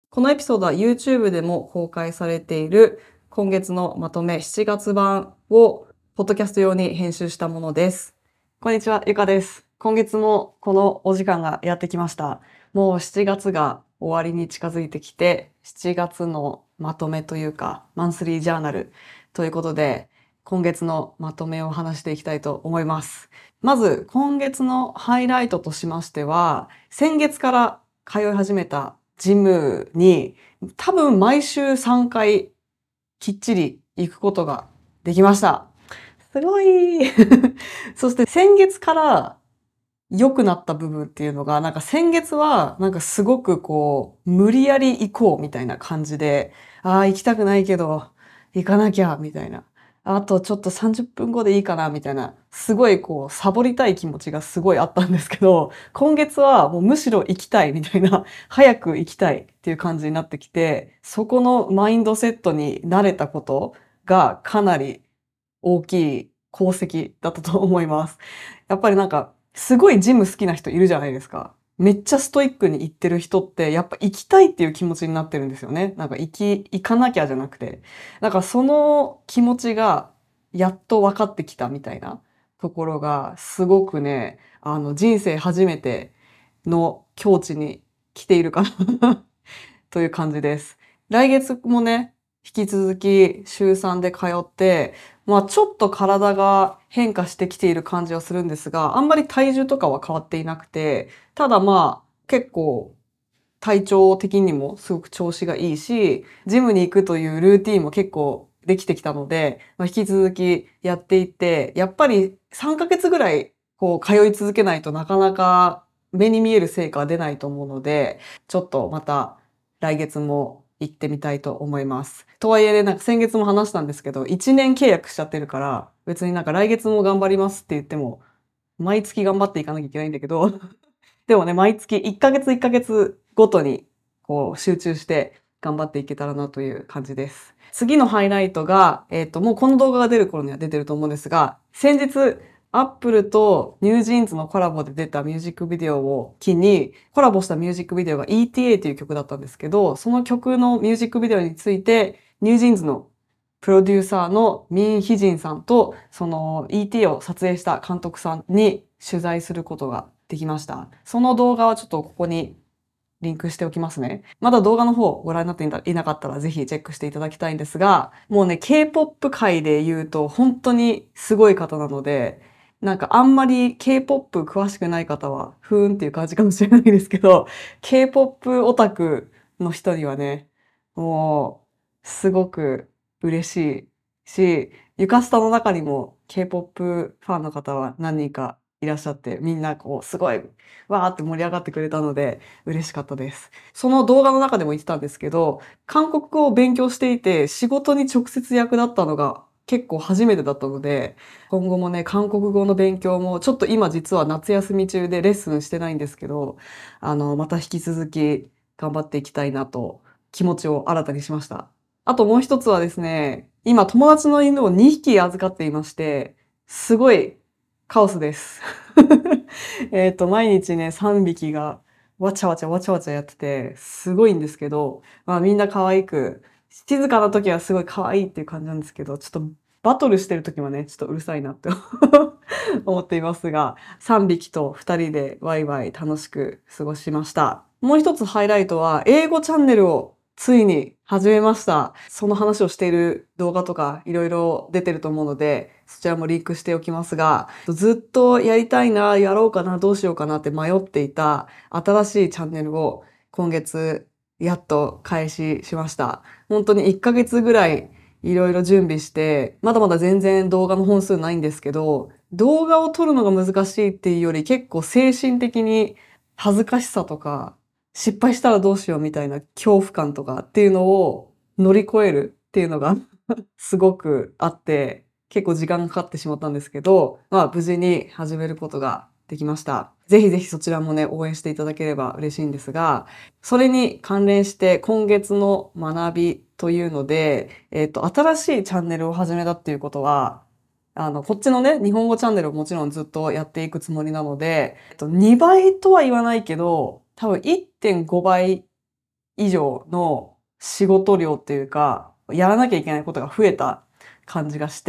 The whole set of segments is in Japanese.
このエピソードは YouTube でも公開されている今月のまとめ7月版をポッドキャスト用に編集したものです。こんにちは、ゆかです。今月もこのお時間がやってきました。もう7月が終わりに近づいてきて、7月のまとめというか、マンスリージャーナルということで、今月のまとめを話していきたいと思います。まず、今月のハイライトとしましては、先月から通い始めたジムに多分毎週3回きっちり行くことができました。すごいそして先月から良くなった部分っていうのが、なんか先月はなんかすごくこう無理やり行こうみたいな感じで、ああ行きたくないけど行かなきゃみたいな。あとちょっと30分後でいいかなみたいな、すごいこうサボりたい気持ちがすごいあったんですけど、今月はもうむしろ行きたいみたいな、早く行きたいっていう感じになってきて、そこのマインドセットに慣れたことがかなり大きい功績だったと思います。やっぱりなんか、すごいジム好きな人いるじゃないですか。めっちゃストイックに行ってる人って、やっぱ行きたいっていう気持ちになってるんですよね。なんか行かなきゃじゃなくて。だからその気持ちが、やっと分かってきたみたいなところが、すごくね、人生初めての境地に来ているかなという感じです。来月もね、引き続き週3で通って、まあちょっと体が変化してきている感じはするんですが、あんまり体重とかは変わっていなくて、ただまあ結構体調的にもすごく調子がいいし、ジムに行くというルーティンも結構できてきたので、まあ、引き続きやっていって、やっぱり3ヶ月ぐらいこう通い続けないとなかなか目に見える成果は出ないと思うので、ちょっとまた来月も行ってみたいと思います。とはいえね、なんか先月も話したんですけど、1年契約しちゃってるから、別になんか来月も頑張りますって言っても、毎月頑張っていかなきゃいけないんだけど、でもね、毎月1ヶ月1ヶ月ごとにこう集中して頑張っていけたらなという感じです。次のハイライトが、もうこの動画が出る頃には出てると思うんですが、先日、アップルとニュージーンズのコラボで出たミュージックビデオを機に、コラボしたミュージックビデオが ETA という曲だったんですけど、その曲のミュージックビデオについて、ニュージーンズのプロデューサーのミン・ヒジンさんと、その ET を撮影した監督さんに取材することができました。その動画はちょっとここにリンクしておきますね。まだ動画の方ご覧になっていなかったらぜひチェックしていただきたいんですが、もうね、K-POP 界で言うと本当にすごい方なので、なんかあんまり K-POP 詳しくない方は、ふーんっていう感じかもしれないですけど、K-POP オタクの人にはね、もう、すごく嬉しいし、ゆかスタの中にも K-POP ファンの方は何人かいらっしゃって、みんなこう、すごい、わーって盛り上がってくれたので、嬉しかったです。その動画の中でも言ってたんですけど、韓国語を勉強していて、仕事に直接役立ったのが結構初めてだったので、今後もね、韓国語の勉強も、ちょっと今実は夏休み中でレッスンしてないんですけど、また引き続き頑張っていきたいなと気持ちを新たにしました。あともう一つはですね、今友達の犬を2匹預かっていまして、すごいカオスです。毎日ね、3匹がわちゃわちゃわちゃわちゃやってて、すごいんですけど、まあみんな可愛く、静かな時はすごい可愛いっていう感じなんですけど、ちょっとバトルしてる時はね、ちょっとうるさいなって思っていますが、3匹と2人でワイワイ楽しく過ごしました。もう一つハイライトは、英語チャンネルをついに始めました。その話をしている動画とかいろいろ出てると思うので、そちらもリンクしておきますが、ずっとやりたいな、やろうかな、どうしようかなって迷っていた新しいチャンネルを今月やっと開始しました。本当に1ヶ月ぐらいいろいろ準備して、まだまだ全然動画の本数ないんですけど、動画を撮るのが難しいっていうより結構精神的に恥ずかしさとか、失敗したらどうしようみたいな恐怖感とかっていうのを乗り越えるっていうのがすごくあって、結構時間がかかってしまったんですけど、まあ無事に始めることができました。ぜひぜひそちらもね、応援していただければ嬉しいんですが、それに関連して今月の学びというので、新しいチャンネルを始めたっていうことは、こっちのね、日本語チャンネルをもちろんずっとやっていくつもりなので、2倍とは言わないけど、多分1.5倍以上の仕事量っていうか、やらなきゃいけないことが増えた感じがして、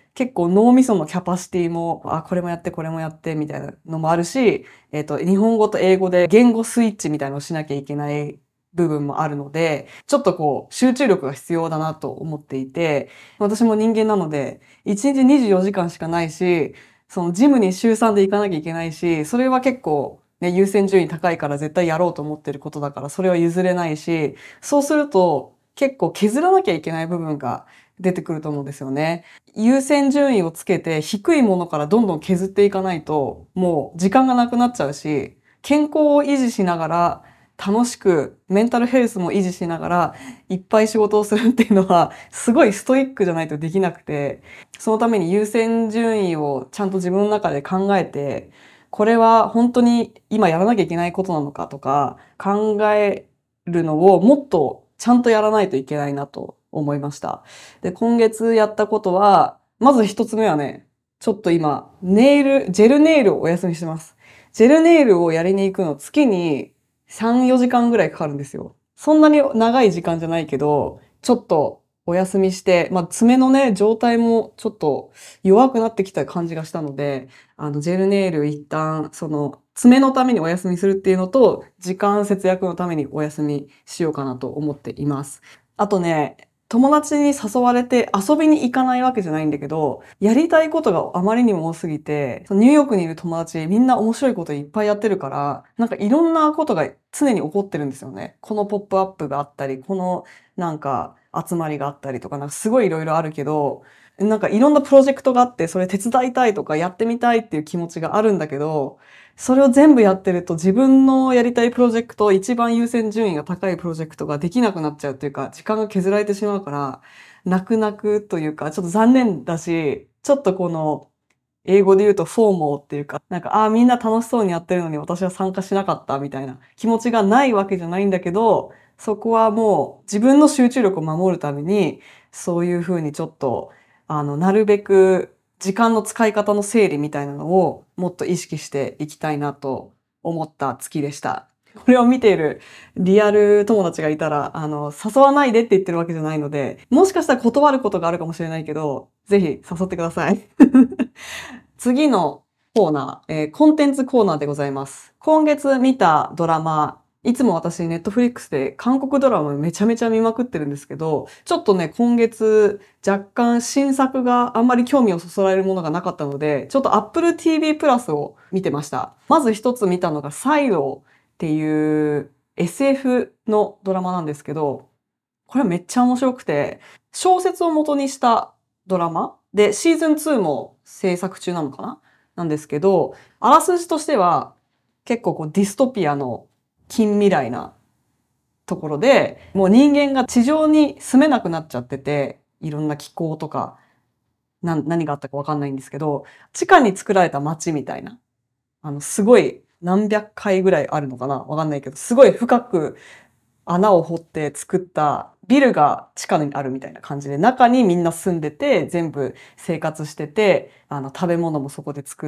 結構脳みそのキャパシティも、これもやって、これもやってみたいなのもあるし、日本語と英語で言語スイッチみたいなのをしなきゃいけない部分もあるので、ちょっとこう集中力が必要だなと思っていて、私も人間なので、1日24時間しかないし、そのジムに週3で行かなきゃいけないし、それは結構ね、優先順位高いから絶対やろうと思ってることだから、それは譲れないし、そうすると結構削らなきゃいけない部分が出てくると思うんですよね。優先順位をつけて低いものからどんどん削っていかないと、もう時間がなくなっちゃうし、健康を維持しながら、楽しくメンタルヘルスも維持しながらいっぱい仕事をするっていうのはすごいストイックじゃないとできなくて、そのために優先順位をちゃんと自分の中で考えて、これは本当に今やらなきゃいけないことなのかとか考えるのをもっとちゃんとやらないといけないなと思いました。で、今月やったことは、まず一つ目はね、ちょっと今、ジェルネイルをお休みしてます。ジェルネイルをやりに行くの月に3、4時間ぐらいかかるんですよ。そんなに長い時間じゃないけど、ちょっとお休みして、爪のね、状態もちょっと弱くなってきた感じがしたので、ジェルネイル一旦、爪のためにお休みするっていうのと、時間節約のためにお休みしようかなと思っています。あとね、友達に誘われて遊びに行かないわけじゃないんだけど、やりたいことがあまりにも多すぎて、ニューヨークにいる友達みんな面白いこといっぱいやってるから、なんかいろんなことが常に起こってるんですよね。このポップアップがあったり、このなんか集まりがあったりとか、なんかすごいいろいろあるけど、なんかいろんなプロジェクトがあって、それ手伝いたいとかやってみたいっていう気持ちがあるんだけど、それを全部やってると自分のやりたいプロジェクト、一番優先順位が高いプロジェクトができなくなっちゃうというか、時間が削られてしまうから、泣く泣くというか、ちょっと残念だし、ちょっとこの、英語で言うとフォーモーっていうか、なんか、みんな楽しそうにやってるのに私は参加しなかったみたいな気持ちがないわけじゃないんだけど、そこはもう自分の集中力を守るために、そういうふうにちょっと、なるべく時間の使い方の整理みたいなのをもっと意識していきたいなと思った月でした。これを見ているリアル友達がいたら、誘わないでって言ってるわけじゃないので、もしかしたら断ることがあるかもしれないけど、ぜひ誘ってください。次のコーナー、コンテンツコーナーでございます。今月見たドラマ、いつも私ネットフリックスで韓国ドラマめちゃめちゃ見まくってるんですけど、ちょっとね、今月若干新作があんまり興味をそそられるものがなかったので、ちょっと Apple TV プラスを見てました。まず一つ見たのがサイロっていう SF のドラマなんですけど、これめっちゃ面白くて、小説を元にしたドラマで、シーズン2も制作中なのかななんですけど、あらすじとしては結構こうディストピアの近未来なところで、もう人間が地上に住めなくなっちゃってて、いろんな気候とか、何があったかわかんないんですけど、地下に作られた街みたいな、すごい何百回ぐらいあるのかなわかんないけど、すごい深く穴を掘って作ったビルが地下にあるみたいな感じで、中にみんな住んでて、全部生活してて、食べ物もそこで作って、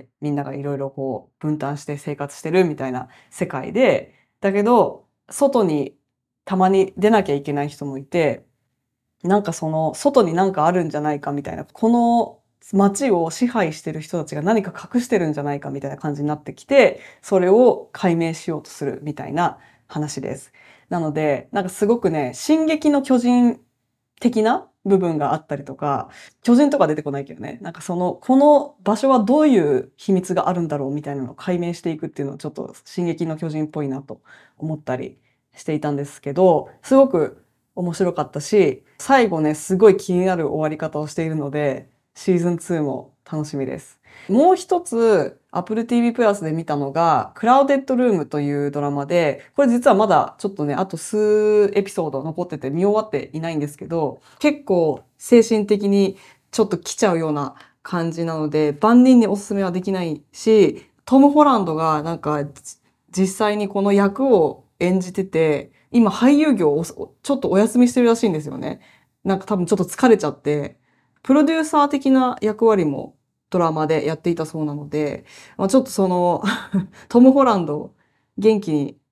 みんながいろいろこう分担して生活してるみたいな世界で、だけど、外にたまに出なきゃいけない人もいて、なんかその外になんかあるんじゃないかみたいな、この街を支配してる人たちが何か隠してるんじゃないかみたいな感じになってきて、それを解明しようとするみたいな話です。なので、なんかすごくね、進撃の巨人的な部分があったりとか、巨人とか出てこないけどね、なんかこの場所はどういう秘密があるんだろうみたいなのを解明していくっていうのをちょっと進撃の巨人っぽいなと思ったりしていたんですけど、すごく面白かったし、最後ね、すごい気になる終わり方をしているので、シーズン2も楽しみです。もう一つ、Apple TV プラスで見たのが、クラウデッドルームというドラマで、これ実はまだちょっとね、あと数エピソード残ってて見終わっていないんですけど、結構精神的にちょっと来ちゃうような感じなので、万人におすすめはできないし、トム・ホランドがなんか実際にこの役を演じてて、今俳優業をちょっとお休みしてるらしいんですよね。なんか多分ちょっと疲れちゃって、プロデューサー的な役割もドラマでやっていたそうなので、ちょっとトム・ホランド元気に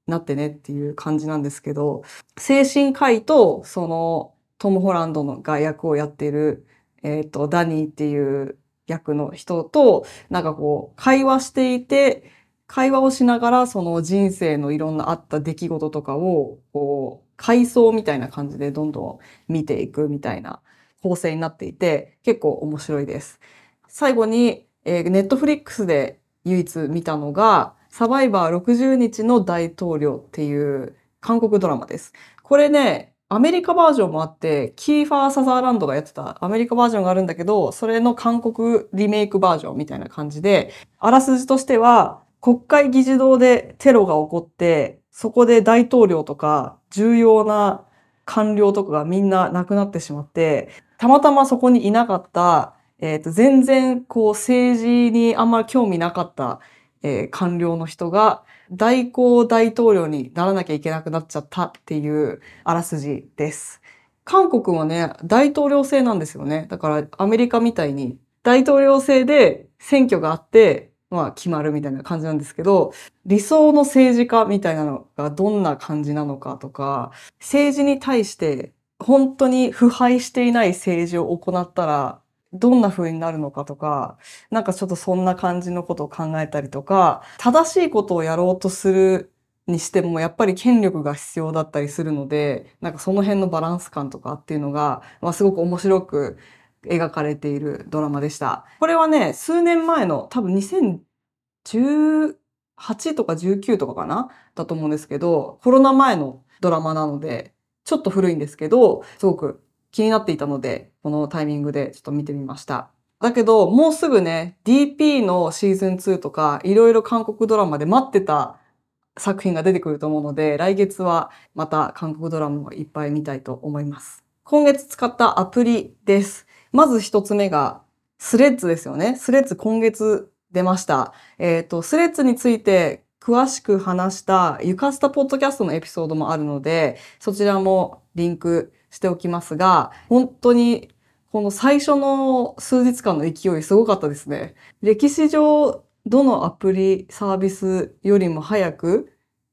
なってねっていう感じなんですけど、精神科医とそのトム・ホランドのが役をやっている、ダニーっていう役の人と、なんかこう、会話していて、会話をしながらその人生のいろんなあった出来事とかを、こう、回想みたいな感じでどんどん見ていくみたいな構成になっていて、結構面白いです。最後に、ネットフリックスで唯一見たのが、サバイバー60日の大統領っていう韓国ドラマです。これね、アメリカバージョンもあって、キーファー・サザーランドがやってたアメリカバージョンがあるんだけど、それの韓国リメイクバージョンみたいな感じで、あらすじとしては、国会議事堂でテロが起こって、そこで大統領とか重要な官僚とかがみんな亡くなってしまって、たまたまそこにいなかった、全然こう政治にあんまり興味なかった、官僚の人が代行大統領にならなきゃいけなくなっちゃったっていうあらすじです。韓国はね、大統領制なんですよね。だからアメリカみたいに大統領制で選挙があって、まあ決まるみたいな感じなんですけど、理想の政治家みたいなのがどんな感じなのかとか、政治に対して本当に腐敗していない政治を行ったらどんな風になるのかとか、なんかちょっとそんな感じのことを考えたりとか、正しいことをやろうとするにしてもやっぱり権力が必要だったりするので、なんかその辺のバランス感とかっていうのが、まあ、すごく面白く描かれているドラマでした。これはね、数年前の多分2018とか19とかかなだと思うんですけど、コロナ前のドラマなので、ちょっと古いんですけど、すごく気になっていたので、このタイミングでちょっと見てみました。だけど、もうすぐね、DP のシーズン2とか、いろいろ韓国ドラマで待ってた作品が出てくると思うので、来月はまた韓国ドラマをいっぱい見たいと思います。今月使ったアプリです。まず一つ目が、スレッズですよね。スレッズ今月出ました。スレッズについて詳しく話したゆかスタポッドキャストのエピソードもあるので、そちらもリンクしておきますが、本当にこの最初の数日間の勢いすごかったですね。歴史上、どのアプリサービスよりも早く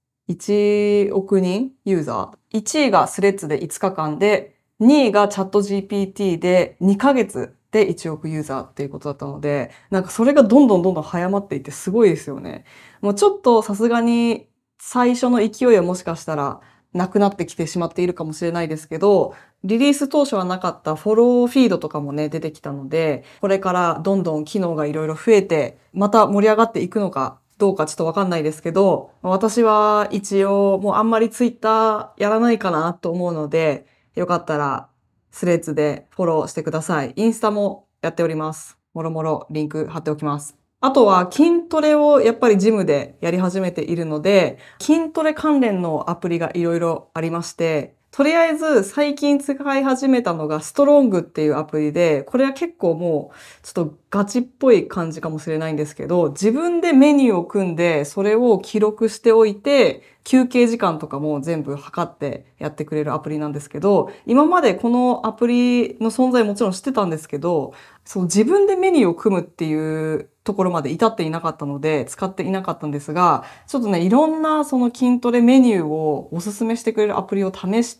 1億人ユーザー。1位がスレッズで5日間で、2位がチャット GPT で2ヶ月で1億ユーザーっていうことだったので、なんかそれがどんどんどんどん早まっていってすごいですよね。もうちょっとさすがに最初の勢いはもしかしたらなくなってきてしまっているかもしれないですけど、リリース当初はなかったフォローフィードとかもね、出てきたので、これからどんどん機能がいろいろ増えて、また盛り上がっていくのかどうかちょっとわかんないですけど、私は一応もうあんまりツイッターやらないかなと思うので、よかったらスレッズでフォローしてください。インスタもやっております。もろもろリンク貼っておきます。あとは筋トレをやっぱりジムでやり始めているので、筋トレ関連のアプリがいろいろありまして、とりあえず最近使い始めたのがストロングっていうアプリで、これは結構もうちょっとガチっぽい感じかもしれないんですけど、自分でメニューを組んで、それを記録しておいて、休憩時間とかも全部測ってやってくれるアプリなんですけど、今までこのアプリの存在もちろん知ってたんですけど、そう自分でメニューを組むっていうところまで至っていなかったので使っていなかったんですが、ちょっとね、いろんなその筋トレメニューをおすすめしてくれるアプリを試して、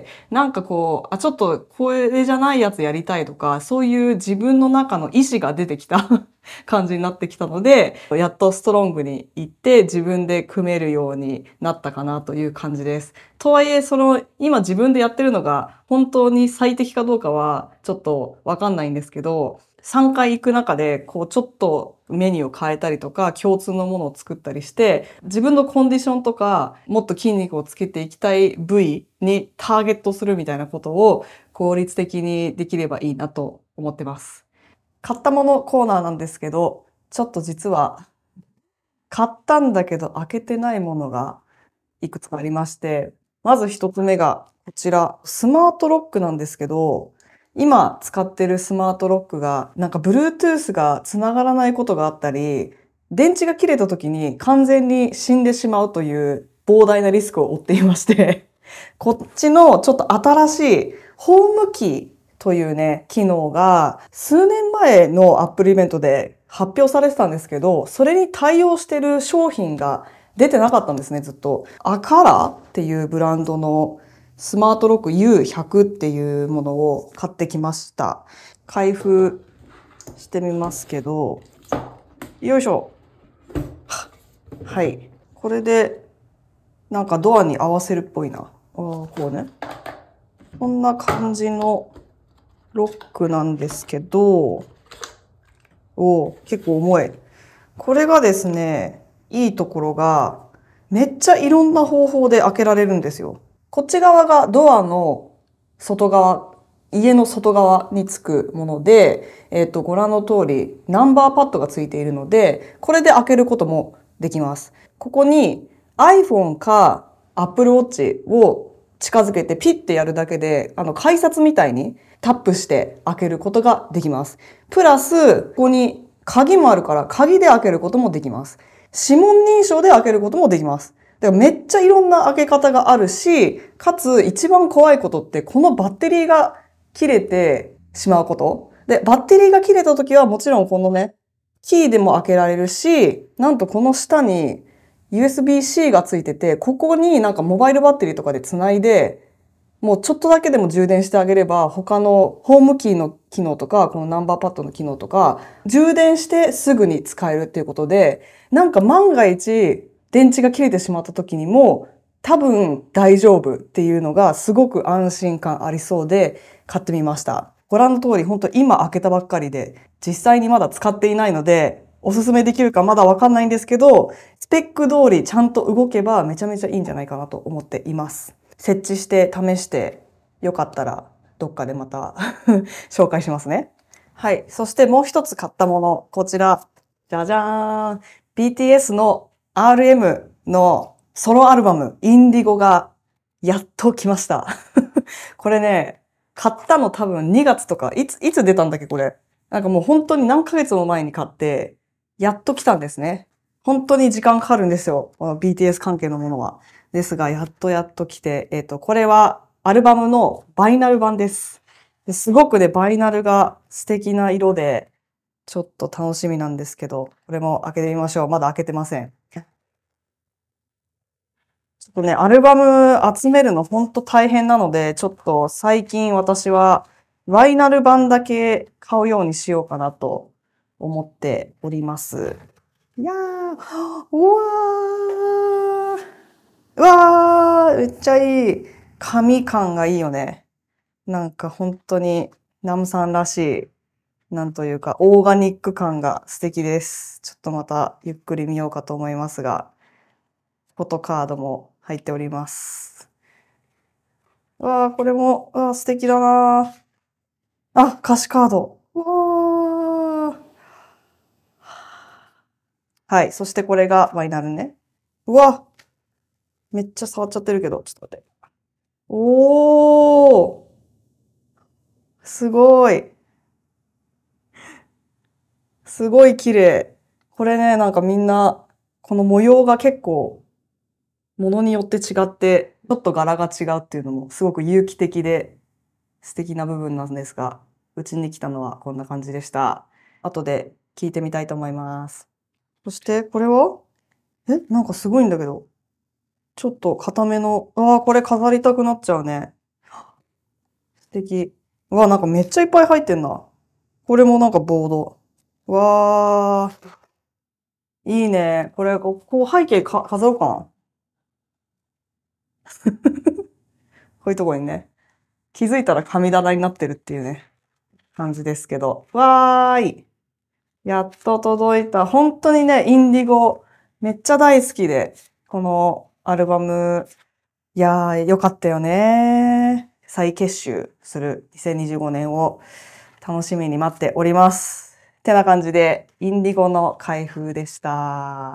なんかこう、ちょっとこれじゃないやつやりたいとか、そういう自分の中の意思が出てきた感じになってきたので、やっとストロングに行って自分で組めるようになったかなという感じです。とはいえ、今自分でやってるのが本当に最適かどうかはちょっとわかんないんですけど、3回行く中で、こうちょっとメニューを変えたりとか、共通のものを作ったりして、自分のコンディションとか、もっと筋肉をつけていきたい部位にターゲットするみたいなことを効率的にできればいいなと思ってます。買ったものコーナーなんですけど、ちょっと実は買ったんだけど開けてないものがいくつかありまして、まず一つ目がこちら、スマートロックなんですけど、今使ってるスマートロックがなんか Bluetooth が繋がらないことがあったり、電池が切れた時に完全に死んでしまうという膨大なリスクを負っていまして、こっちのちょっと新しいホームキーというね、機能が数年前のアップルイベントで発表されてたんですけど、それに対応してる商品が出てなかったんですね、ずっと。アカラっていうブランドのスマートロック U100 っていうものを買ってきました。開封してみますけど、よいしょ。はい。これで、なんかドアに合わせるっぽいな。こうね。こんな感じのロックなんですけど、結構重い。これがですね、いいところが、めっちゃいろんな方法で開けられるんですよ。こっち側がドアの外側、家の外側につくもので、ご覧の通り、ナンバーパッドがついているので、これで開けることもできます。ここに iPhone か Apple Watch を近づけてピッてやるだけで、改札みたいにタップして開けることができます。プラス、ここに鍵もあるから鍵で開けることもできます。指紋認証で開けることもできます。だからめっちゃいろんな開け方があるし、かつ一番怖いことってこのバッテリーが切れてしまうこと。で、バッテリーが切れた時はもちろんこのね、キーでも開けられるし、なんとこの下に USB-C がついてて、ここになんかモバイルバッテリーとかでつないで、もうちょっとだけでも充電してあげれば、他のホームキーの機能とか、このナンバーパッドの機能とか、充電してすぐに使えるっていうことで、なんか万が一電池が切れてしまった時にも、多分大丈夫っていうのがすごく安心感ありそうで買ってみました。ご覧の通り、本当今開けたばっかりで、実際にまだ使っていないので、おすすめできるかまだわかんないんですけど、スペック通りちゃんと動けばめちゃめちゃいいんじゃないかなと思っています。設置して試してよかったらどっかでまた紹介しますね。はい。そしてもう一つ買ったもの、こちら。じゃじゃーん。BTS の RM のソロアルバム、インディゴがやっと来ました。これね、買ったの多分2月とか、いつ出たんだっけこれ。なんかもう本当に何ヶ月も前に買って、やっと来たんですね。本当に時間かかるんですよ。この BTS 関係のものは。ですが、やっと来て、これはアルバムのバイナル版です。すごくね、バイナルが素敵な色で、ちょっと楽しみなんですけど、これも開けてみましょう。まだ開けてません。ちょっとね、アルバム集めるのほんと大変なので、ちょっと最近私はバイナル版だけ買うようにしようかなと思っております。いやー、うわー、うわー、めっちゃいい。紙感がいいよね。なんか本当にナムさんらしい、なんというかオーガニック感が素敵です。ちょっとまたゆっくり見ようかと思いますが、フォトカードも入っております。うわー、これも、素敵だなー。あ、歌詞カード。うわー。はい。そしてこれがバイナルね。うわ、めっちゃ触っちゃってるけど、ちょっと待って。おー、すごい。すごい綺麗。これね、なんかみんな、この模様が結構、ものによって違って、ちょっと柄が違うっていうのもすごく有機的で素敵な部分なんですが、うちに来たのはこんな感じでした。後で聞いてみたいと思います。そしてこれはなんかすごいんだけど。ちょっと固めの、これ飾りたくなっちゃうね。素敵。なんかめっちゃいっぱい入ってんな。これもなんかボード。わー、いいね。これ、こう背景飾ろうかな。こういうとこにね。気づいたら神棚になってるっていうね、感じですけど。わーい。やっと届いた。本当にね、インディゴ、めっちゃ大好きで、このアルバム、いやー、よかったよね。再結集する2025年を楽しみに待っております。てな感じで、インディゴの開封でした。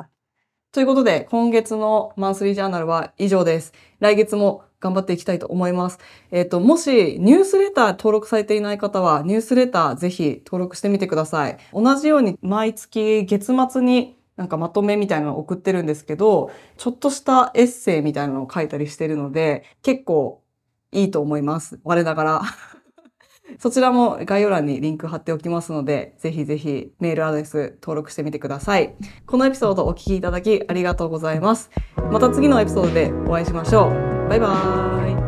ということで、今月のマンスリージャーナルは以上です。来月も頑張っていきたいと思います。もしニュースレター登録されていない方は、ニュースレターぜひ登録してみてください。同じように毎月月末になんかまとめみたいなのを送ってるんですけど、ちょっとしたエッセイみたいなのを書いたりしてるので、結構いいと思います。我ながら。 そちらも概要欄にリンク貼っておきますので、ぜひぜひメールアドレス登録してみてください。このエピソードお聞きいただきありがとうございます。また次のエピソードでお会いしましょう。バイバーイ。